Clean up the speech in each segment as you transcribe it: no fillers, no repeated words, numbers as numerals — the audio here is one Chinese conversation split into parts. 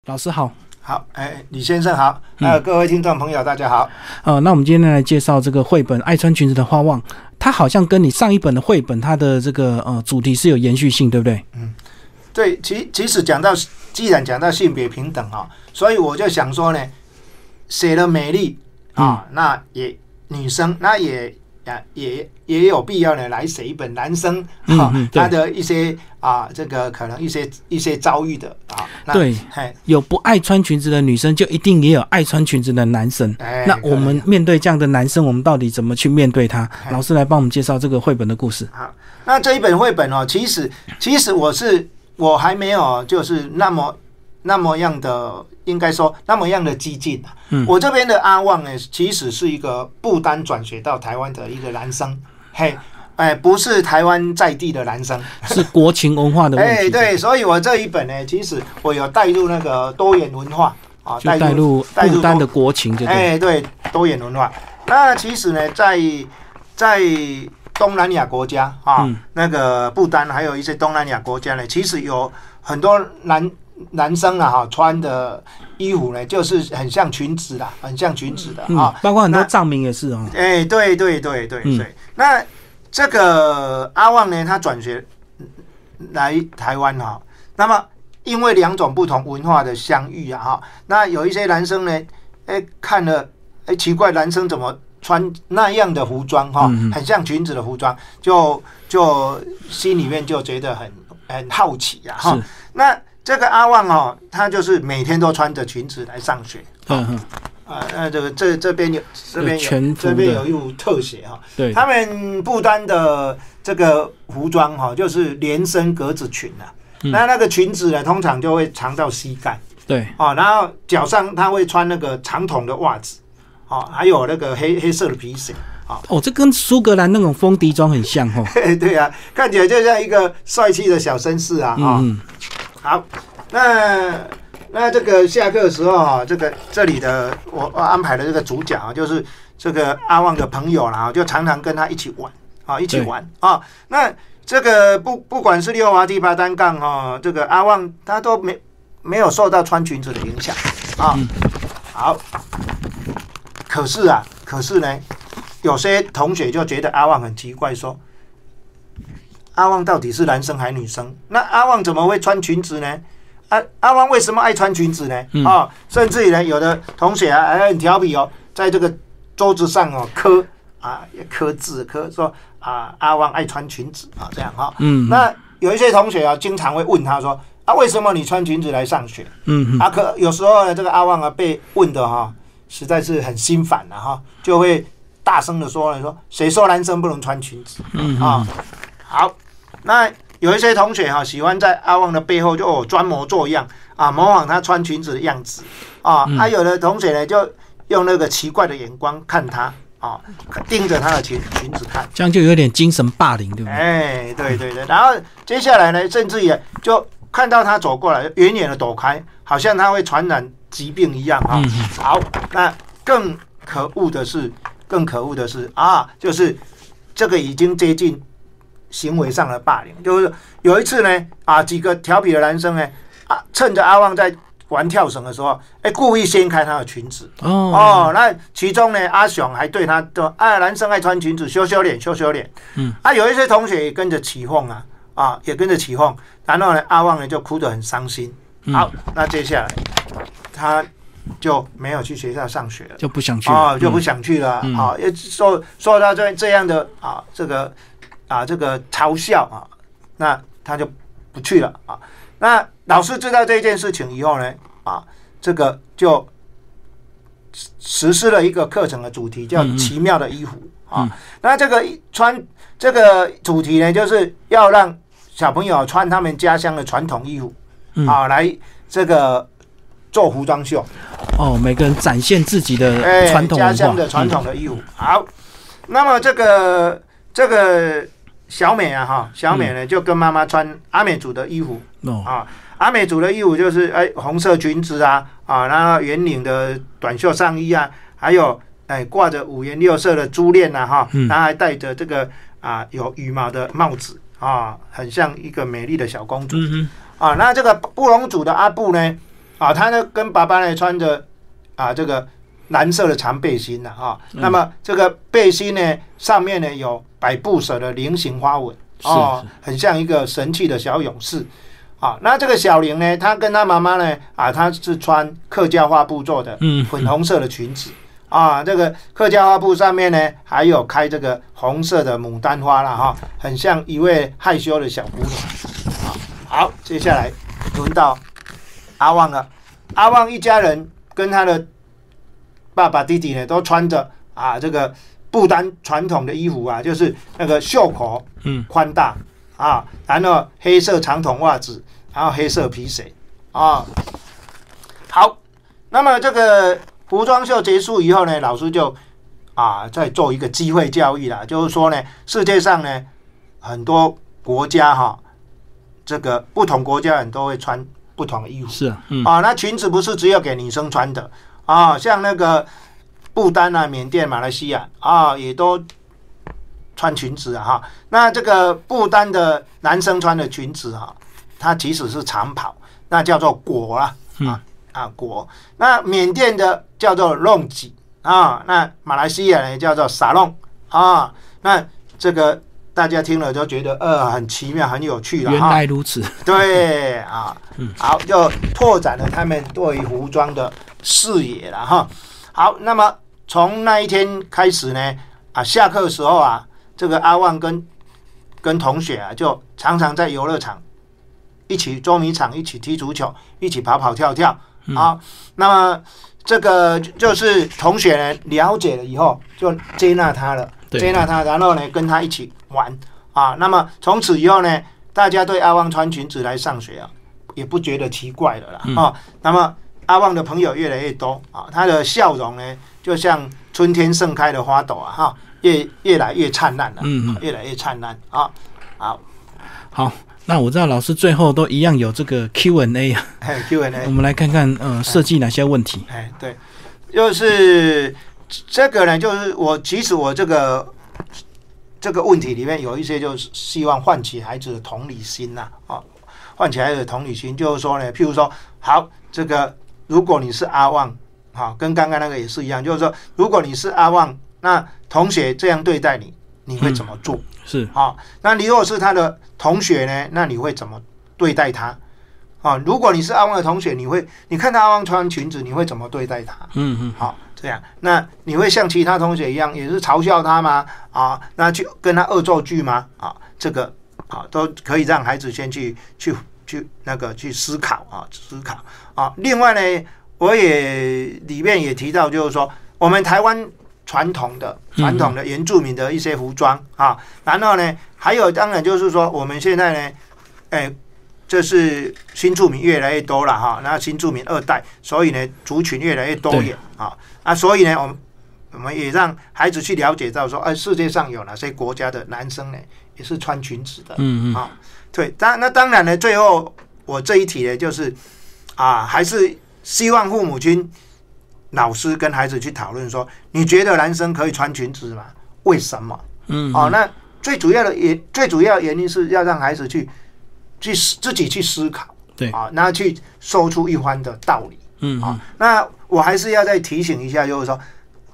老师好。 好，李先生好，各位听众朋友大家好。 那我们今天来介绍这个绘本《爱穿裙子的花旺》，它好像跟你上一本的绘本它的这个主题是有延续性，对不对？ 对，其实既然讲到性别平等所以我就想说呢，写了美丽那也女生那也有必要呢来写一本男生他的一些这个可能一些遭遇的对，有不爱穿裙子的女生，就一定也有爱穿裙子的男生。那我们面对这样的男生，我们到底怎么去面对他？老师来帮我们介绍这个绘本的故事。 好，那这一本绘本其实我还没有就是那么样的，应该说那么样的激进我这边的阿旺呢，其实是一个不丹转学到台湾的一个男生，不是台湾在地的男生， 是国情文化的问题。 对，所以我这一本呢，其实我有带入那个多元文化就带入不丹的国情， 对，多元文化。那其实呢，在东南亚国家那个不丹还有一些东南亚国家呢，其实有很多男生穿的衣服呢，就是很像裙子的包括很多藏民也是对。那这个阿旺呢，他转学来台湾那么因为两种不同文化的相遇那有一些男生呢，看了奇怪，男生怎么穿那样的服装很像裙子的服装，就心里面就觉得很好奇那这个阿旺他就是每天都穿着裙子来上学。这边有一幅特写对， 他们不丹的这个服装就是连身格子裙那个裙子呢，通常就会长到膝盖。 对然后脚上他会穿那个长筒的袜子还有那个黑色的皮鞋这跟苏格兰那种风笛装很像对啊，看起来就像一个帅气的小绅士好，那这个下课的时候这里的我安排的这个主角就是这个阿旺的朋友啦，就常常跟他一起玩那这个不管是溜滑梯、爬单杠这个阿旺他都没有受到穿裙子的影响好，可是呢，有些同学就觉得阿旺很奇怪，说阿旺到底是男生还是女生？那阿旺怎么会穿裙子呢？阿旺为什么爱穿裙子呢？甚至于呢，有的同学还很调皮在这个桌子上刻字说阿旺爱穿裙子这样那有一些同学经常会问他说为什么你穿裙子来上学？可有时候呢，这个阿旺被问的实在是很心烦就会大声的说谁说男生不能穿裙子？好，那有一些同学喜欢在阿旺的背后就装模作样模仿他穿裙子的样子有的同学呢就用那个奇怪的眼光看他盯着他的裙子看， 这样就有点精神霸凌，对不对？对。然后接下来呢，甚至也就看到他走过来，远远的躲开，好像他会传染疾病一样好，那更可恶的是就是这个已经接近行为上的霸凌。就是有一次呢几个调皮的男生呢趁着阿旺在玩跳绳的时候故意掀开他的裙子那其中呢阿雄还对他说男生爱穿裙子，羞羞脸有一些同学也跟着起哄然后呢阿旺呢就哭得很伤心好，那接下来他就没有去学校上学了， 就不想去了就不想去了也受到这样的这个嘲笑那他就不去了那老师知道这件事情以后呢这个就实施了一个课程的主题叫奇妙的衣服那这个穿这个主题呢，就是要让小朋友穿他们家乡的传统衣服来这个做服装秀每个人展现自己的传统文化， 家乡的传统的衣服好，那么这个小美小美呢就跟妈妈穿阿美族的衣服阿美族的衣服就是红色裙子然后圆领的短袖上衣还有挂着五颜六色的珠链然后还戴着这个有羽毛的帽子很像一个美丽的小公主那这个布农族的阿布呢啊，他呢跟爸爸呢穿着这个蓝色的长背心那么这个背心呢上面呢有百步蛇的菱形花纹很像一个神气的小勇士那这个小玲呢，她跟她妈妈呢她是穿客家花布做的粉红色的裙子这个客家花布上面呢还有开这个红色的牡丹花啦很像一位害羞的小姑娘好，接下来轮到阿旺了。阿旺一家人跟他的爸爸弟弟呢都穿着这个不丹传统的衣服就是那个袖口宽大然后黑色长筒袜子，然后黑色皮鞋好，那么这个服装秀结束以后呢，老师就再做一个机会教育啦，就是说呢，世界上呢很多国家这个不同国家人都会穿不同的衣服， 是那裙子不是只有给女生穿的像那个不丹缅甸、马来西亚也都穿裙子那这个不丹的男生穿的裙子它即使是长袍，那叫做裹裹。那缅甸的叫做弄吉那马来西亚呢叫做沙弄那这个大家听了就觉得很奇妙很有趣了原来如此对好，就拓展了他们对于服装的视野了好，那么从那一天开始呢下课的时候这个阿旺跟同学就常常在游乐场一起捉迷藏，一起踢足球，一起跑跑跳跳那么这个就是同学呢了解了以后就接纳他了，然后呢跟他一起玩那么从此以后呢，大家对阿旺穿裙子来上学也不觉得奇怪了啦那么阿旺的朋友越来越多他的笑容呢就像春天盛开的花朵越来越灿烂了越来越灿烂好，那我知道老师最后都一样有这个 Q&A Q&A 我们来看看设计哪些问题对，就是这个呢，就是其实我这个问题里面有一些就是希望唤起孩子的同理心唤起孩子的同理心，就是说呢，譬如说，好，这个如果你是阿旺跟刚刚那个也是一样，就是说，如果你是阿旺，那同学这样对待你，你会怎么做？ 是那你如果是他的同学呢，那你会怎么对待他？如果你是阿旺的同学，你看到阿旺穿裙子，你会怎么对待他？这样，那你会像其他同学一样，也是嘲笑他吗？那去跟他恶作剧吗？这个都可以让孩子先去思考另外呢，我也里面也提到，就是说我们台湾传统的原住民的一些服装然后呢，还有当然就是说我们现在呢，这是新住民越来越多了那新住民2代，所以呢族群越来越多元所以呢我们也让孩子去了解到说，世界上有哪些国家的男生呢也是穿裙子的对，那当然呢，最后我这一题呢就是还是希望父母亲老师跟孩子去讨论说，你觉得男生可以穿裙子吗？为什么？那最主要的原因是要让孩子去自己去思考， 对那去说出一番的道理。那我还是要再提醒一下，就是说，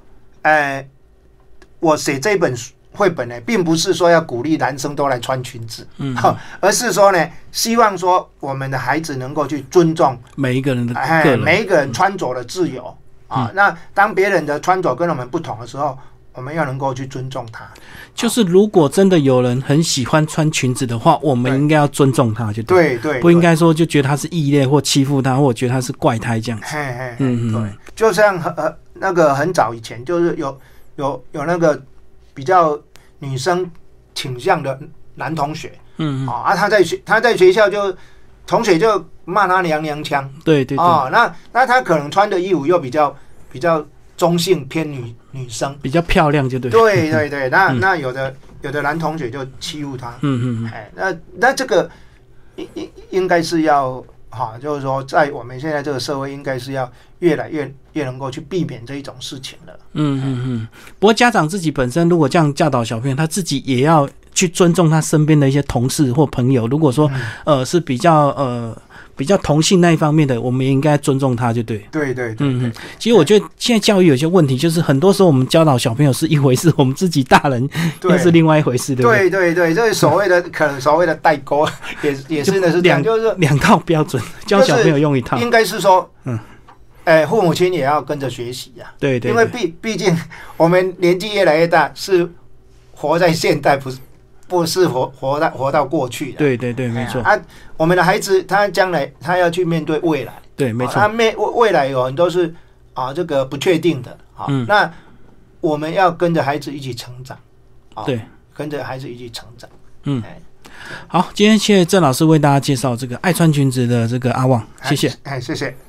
我写这本绘本呢，并不是说要鼓励男生都来穿裙子，而是说呢，希望说我们的孩子能够去尊重每一个人的个人， 每一个人穿着的自由那当别人的穿着跟我们不同的时候，我们要能够去尊重他。 就是如果真的有人很喜欢穿裙子的话，我们应该要尊重他，就对，不应该说就觉得他是异类或欺负他，或觉得他是怪胎这样子。 对，就像那个很早以前，就是有那个比较女生倾向的男同学，他在学校就同学就骂他娘娘腔， 对那他可能穿的衣服又比较中性偏女生， 比较漂亮就对。 对，那有的男同学就欺负他，那这个应该是要就是说在我们现在这个社会，应该是要越来越能够去避免这一种事情了。 不过家长自己本身如果这样教导小朋友，他自己也要去尊重他身边的一些同事或朋友。如果说是比较比较同性那一方面的，我们也应该尊重他，就对。 对对对， 其实我觉得现在教育有些问题，就是很多时候我们教导小朋友是一回事，我们自己大人又是另外一回事，对不对？ 对对对，这是所谓的可能所谓的代沟，也真的是这样，就是两套标准，教小朋友用一套， 应该是说，父母亲也要跟着学习啊。 对对， 因为毕竟我们年纪越来越大，是活在现代，不是活到过去的。 对对对，没错。 我们的孩子他将来他要去面对未来， 对，没错。 他未来有很多是这个不确定的那我们要跟着孩子一起成长， 对， 跟着孩子一起成长。 好，今天谢谢郑老师为大家介绍这个爱穿裙子的这个阿旺，谢谢。 谢谢。